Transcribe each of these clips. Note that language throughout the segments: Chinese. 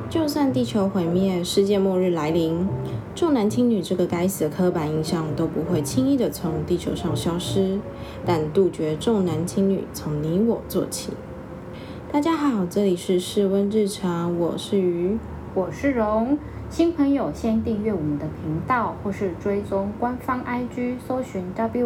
就算地球毁灭，世界末日来临，重男轻女这个该死的刻板印象都不会轻易的从地球上消失。但杜绝重男轻女，从你我做起。大家好，这里是室温日常，我是鱼， 我是荣。新朋友先订阅我们的频道，或是追踪官方 IG， 搜寻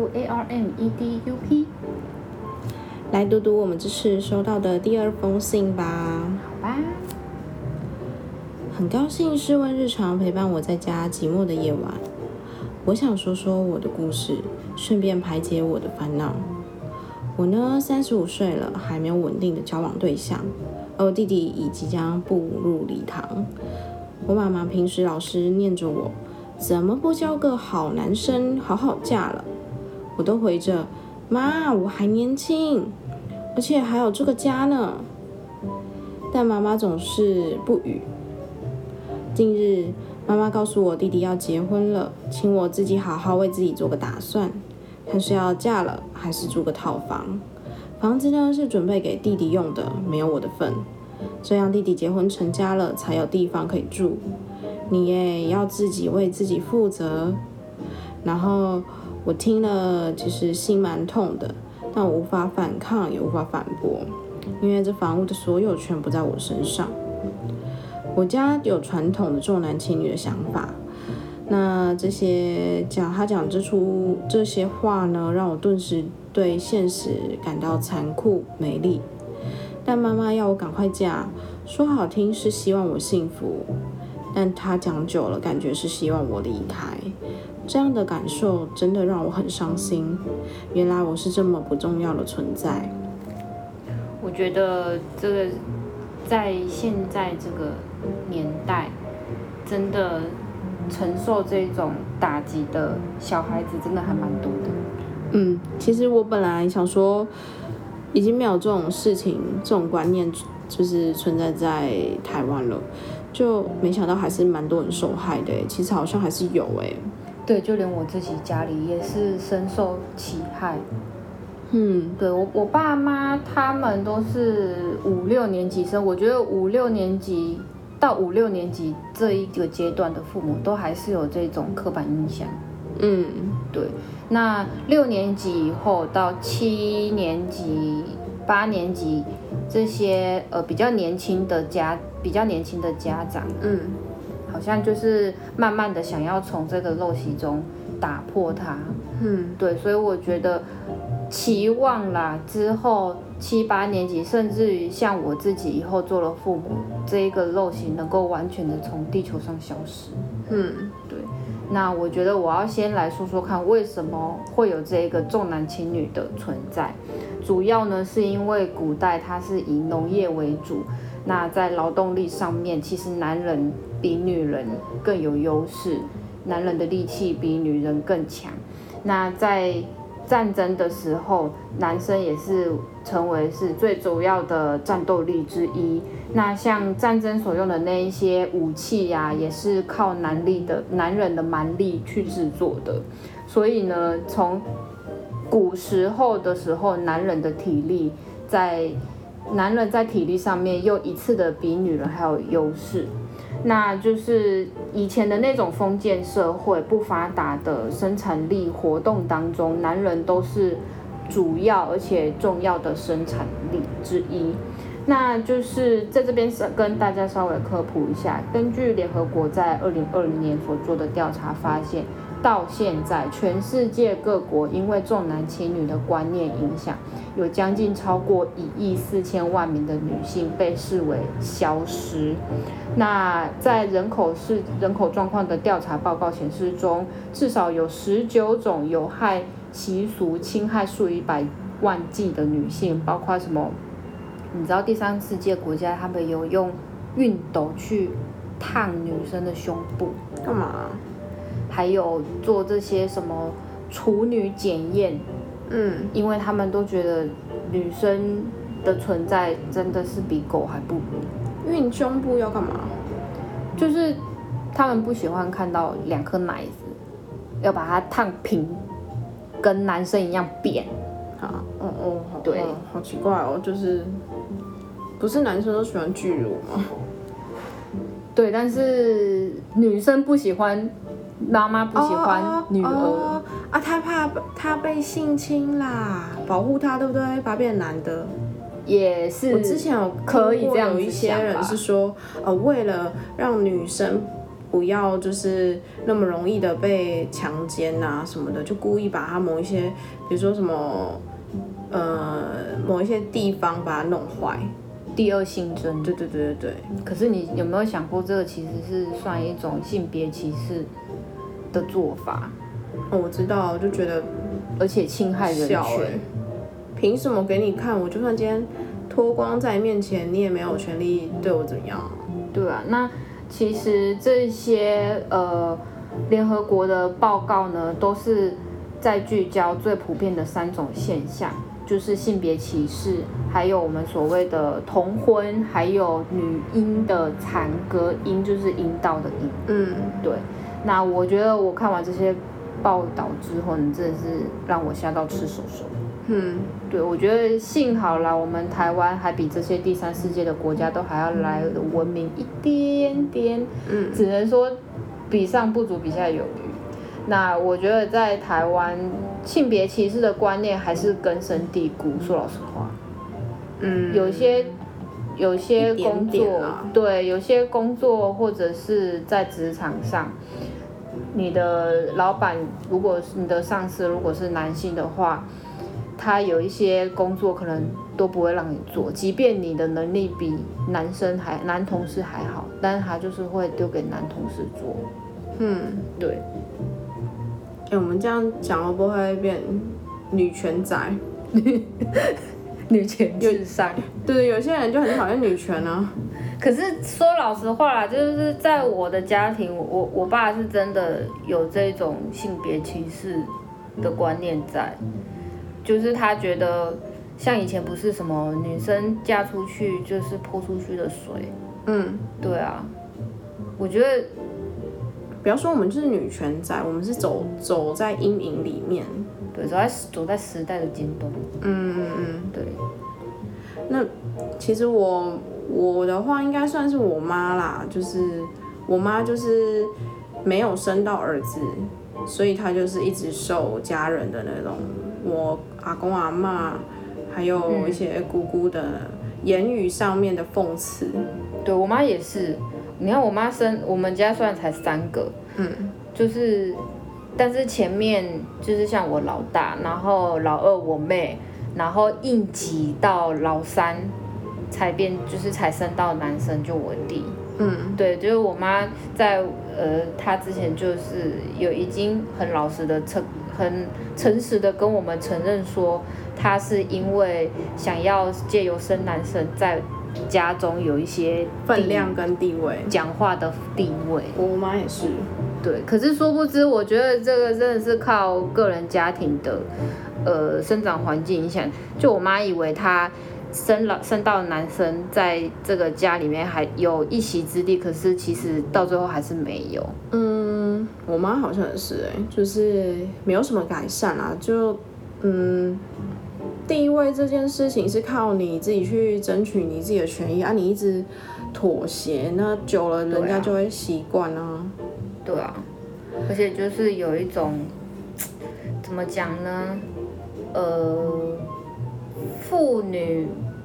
WARMEDUP。 来读读我们这次收到的第2封信吧。 好吧。 很高兴室温日常陪伴我在家寂寞的夜晚。我想说说我的故事，顺便排解我的烦恼。我呢，35岁了，还没有稳定的交往对象，而我弟弟已即将步入礼堂。我妈妈平时老是念着我，怎么不交个好男生，好好嫁了？我都回着，妈，我还年轻，而且还有这个家呢。但妈妈总是不语。近日，妈妈告诉我弟弟要结婚了，请我自己好好为自己做个打算，看是要嫁了还是租个套房。房子呢是准备给弟弟用的，没有我的份。这样弟弟结婚成家了，才有地方可以住。你也要自己为自己负责。然后我听了，其实心蛮痛的，但我无法反抗，也无法反驳，因为这房屋的所有权不在我身上。我家有传统的重男轻女的想法，那他讲出这些话呢，让我顿时对现实感到残酷没力。但妈妈要我赶快嫁，说好听是希望我幸福，但她讲久了，感觉是希望我离开。这样的感受真的让我很伤心。原来我是这么不重要的存在。 我觉得这个在现在这个年代，真的承受这种打击的小孩子真的还蛮多的。 其实我本来想说，已经没有这种事情、这种观念，就是存在在台湾了，就没想到还是蛮多人受害的。其实好像还是有对，就连我自己家里也是深受其害。对，我爸妈他们都是5、6年级生，我觉得5、6年级到5、6年级这一个阶段的父母都还是有这种刻板印象。对。那6年级以后到7年级、8年级这些比较年轻的家长，好像就是慢慢的想要从这个陋习中打破它。对，所以我觉得期望啦，之后7、8年级，甚至于像我自己以后做了父母，这一个陋习能够完全的从地球上消失。对。那我觉得我要先来说说看，为什么会有这个重男轻女的存在。主要呢是因为古代它是以农业为主，那在劳动力上面，其实男人比女人更有优势，男人的力气比女人更强。那在战争的时候，男生也是成为是最主要的战斗力之一。那像战争所用的那一些武器呀，也是靠男人的蛮力去制作的。所以呢，从古时候的时候，男人在体力上面又一次的比女人还有优势。那就是以前的那种封建社会不发达的生产力活动当中，男人都是主要而且重要的生产力之一。那就是在这边跟大家稍微科普一下，根据联合国在2020年所做的调查发现，到现在全世界各国因为重男轻女的观念影响，有将近超过1亿4千万名的女性被视为消失。那在人口状况的调查报告显示中，至少有19种有害习俗侵害数以百万计的女性，包括什么？你知道第三世界国家他们有用熨斗去烫女生的胸部干嘛？ 还有做这些什么处女检验。因为他们都觉得女生的存在真的是比狗还不如。 熨胸部要干嘛？ 就是他们不喜欢看到2颗奶子，要把它烫平，跟男生一样扁。对， 好奇怪哦，就是不是男生都喜欢巨乳吗？ 对，但是女生不喜欢，妈妈不喜欢女儿。 他被性侵啦，保护他，对不对？把他变成男的。 也是， 我之前有可以这样有一些人是说，为了让女生不要就是那么容易的被强奸啊什么的，就故意把她某一些，比如说什么，某一些地方把它弄坏。 第二性征。 对。 可是你有没有想过，这个其实是算一种性别歧视的做法？ 我知道，就觉得， 而且侵害人权。 凭什么给你看？我就算今天脱光在你面前，你也没有权利对我怎么样。 对啊，那其实这些联合国的报告呢，都是在聚焦最普遍的3种现象，就是性别歧视，还有我们所谓的同婚，还有女婴的产割，婴就是阴道的阴。对。那我觉得我看完这些报道之后，你真的是让我吓到吃手手。对，我觉得幸好啦，我们台湾还比这些第三世界的国家都还要来的文明一点点。只能说比上不足，比下有余。那我觉得在台湾性别歧视的观念还是根深蒂固，说老实话。有些工作，对，有些工作或者是在职场上，你的老板如果是你的上司如果是男性的话，他有一些工作可能都不会让你做，即便你的能力比男同事还好，但是他就是会丢给男同事做。对。 我们这样讲会不会变女权仔？ 女权至上。 对，有些人就很讨厌女权啊。 可是说老实话啦，就是在我的家庭，我爸是真的有这种性别歧视的观念在。就是他觉得，像以前不是什么女生嫁出去就是泼出去的水。对啊，我觉得， 不要说我们就是女权仔，我们是走在阴影里面。 对，走在时代的尖端。对。 那其实我的话应该算是我妈啦，就是我妈就是没有生到儿子，所以她就是一直受家人的那种。我阿公阿嬷还有一些姑姑的言语上面的讽刺。 对，我妈也是。你看我妈我们家虽然才3个，就是但是前面就是像我老大，然后老二我妹，然后硬挤到老3才生到男生，就我弟。对，就是我妈在她之前就是已经很老实的很诚实的跟我们承认说，她是因为想要借由生男生在家中有一些分量跟地位， 讲话的地位。 我妈也是。 对，可是殊不知，我觉得这个真的是靠个人家庭的生长环境影响。就我妈以为她生到男生在这个家里面还有一席之地，可是其实到最后还是没有。 我妈好像也是就是没有什么改善啊，就地位这件事情是靠你自己去争取你自己的权益啊，你一直妥协，那久了人家就会习惯啊。 对啊，而且就是有一种怎么讲呢？妇女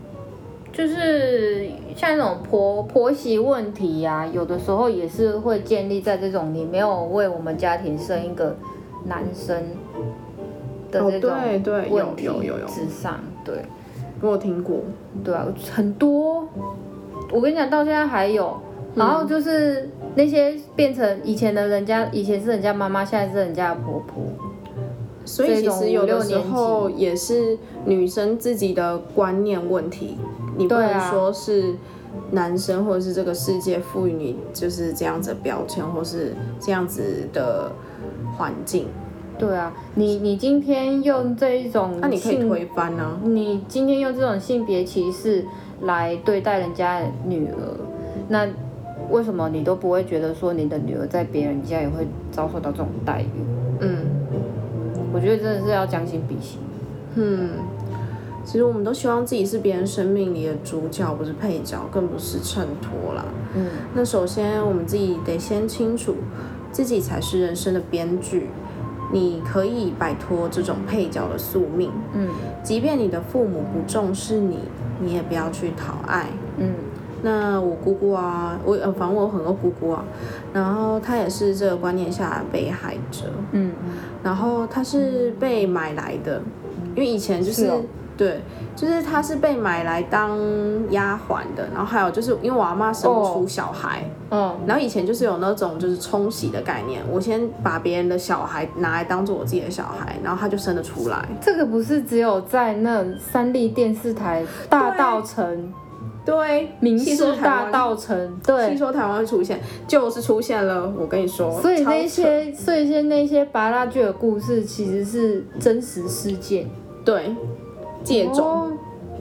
就是像那种婆媳问题呀，有的时候也是会建立在这种你没有为我们家庭生一个男生的这种问题之上。对， 我听过。 对啊，很多。我跟你讲，到现在还有。然后就是那些变成以前是人家妈妈，现在是人家的婆婆。 所以其实有的时候也是女生自己的观念问题，你不能说是男生或者是这个世界赋予你就是这样子的标签，或是这样子的环境。 对啊，你今天用这一种， 那你可以推翻啊。 你今天用这种性别歧视来对待人家的女儿，那为什么你都不会觉得说你的女儿在别人家也会遭受到这种待遇？我觉得真的是要将心比心。 其实我们都希望自己是别人生命里的主角，不是配角，更不是衬托啦。那首先我们自己得先清楚，自己才是人生的编剧。你可以摆脱这种配角的宿命。即便你的父母不重视你，你也不要去讨爱。那我姑姑啊，反正我有很多姑姑啊，然后她也是这个观念下的被害者。然后她是被买来的，因为以前就是对，就是她是被买来当丫鬟的。然后还有就是因为我阿嬷生不出小孩，然后以前就是有那种就是冲洗的概念，我先把别人的小孩拿来当做我自己的小孩，然后他就生得出来。 这个不是只有在那三立电视台大稻埕。对，民视大稻埕，对， 听说台湾会出现，就是出现了。我跟你说， 所以那些芭乐剧的故事其实是真实事件， 对，借种，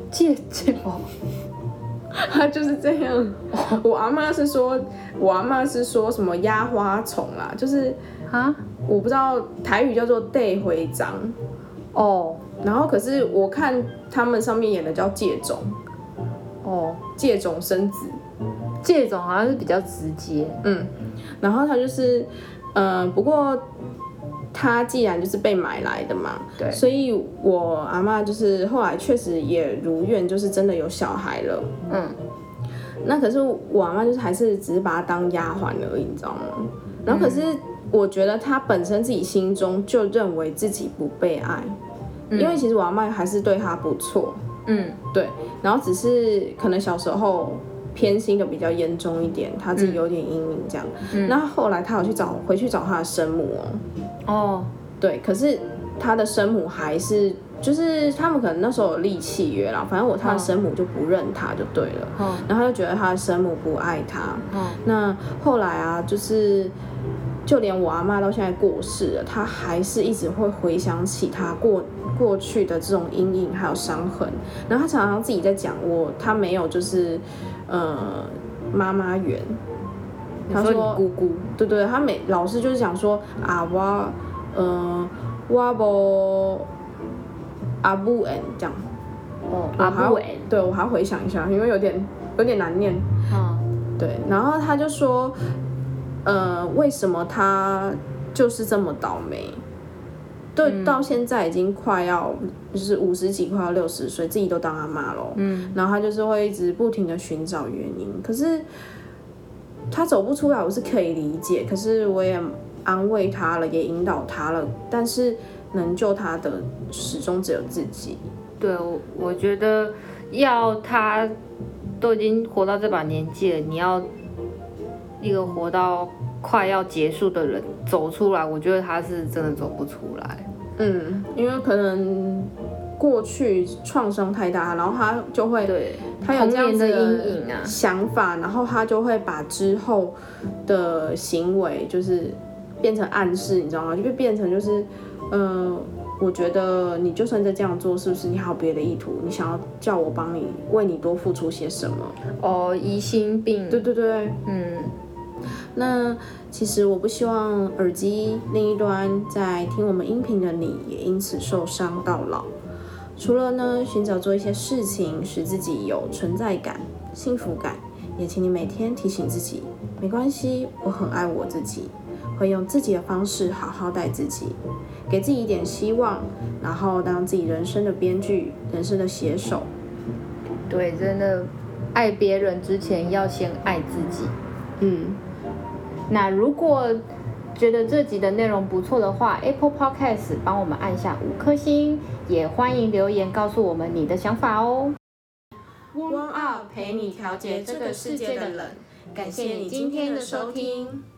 他就是这样。我阿嬷是说什么压花虫啦，就是我不知道台语叫做带回章然后可是我看他们上面演的叫借种。借种生子， 借种好像是比较直接。 然后他就是，不过他既然就是被买来的嘛，对，所以我阿嬷就是后来确实也如愿，就是真的有小孩了。那可是我阿嬷就是还是只是把他当丫鬟而已，你知道吗？然后可是我觉得他本身自己心中就认为自己不被爱，因为其实我阿嬷还是对他不错。对，然后只是可能小时候偏心的比较严重一点，他自己有点阴影这样。那后来他有回去找他的生母对，可是他的生母还是就是他们可能那时候有立契约啦，反正他的生母就不认他就对了。然后他就觉得他的生母不爱他。那后来啊，就连我阿嬷到现在过世了，他还是一直会回想起他过去的这种阴影还有伤痕，然后他常常自己在讲他没有就是妈妈缘。他说你姑姑， 对，他老是就是讲说我无阿母缘这样。 阿母缘， 对，我还要回想一下，因为有点难念。对，然后他就说为什么他就是这么倒霉？对，到现在已经快要就是50几，快要60岁，自己都当阿嬷了。然后他就是会一直不停的寻找原因，可是他走不出来，我是可以理解。可是我也安慰他了，也引导他了，但是能救他的始终只有自己。 对，我觉得他都已经活到这把年纪了，你要一个活到快要结束的人走出来，我觉得他是真的走不出来。 因为可能过去创伤太大，然后他就会他有这样子的阴影啊想法，然后他就会把之后的行为就是变成暗示，你知道吗？就变成就是我觉得你就算在这样做，是不是你还有别的意图？你想要叫我帮你为你多付出些什么？ 疑心病。 对。那其实我不希望耳机另一端在听我们音频的你也因此受伤到老。除了呢寻找做一些事情使自己有存在感、幸福感，也请你每天提醒自己，没关系，我很爱我自己，会用自己的方式好好待自己，给自己一点希望，然后当自己人生的编剧、人生的写手。 对，真的爱别人之前要先爱自己。那如果觉得这集的内容不错的话， Apple Podcast 帮我们按下5颗星，也欢迎留言告诉我们你的想法哦。 Warm Up 陪你调节这个世界的冷，感谢你今天的收听。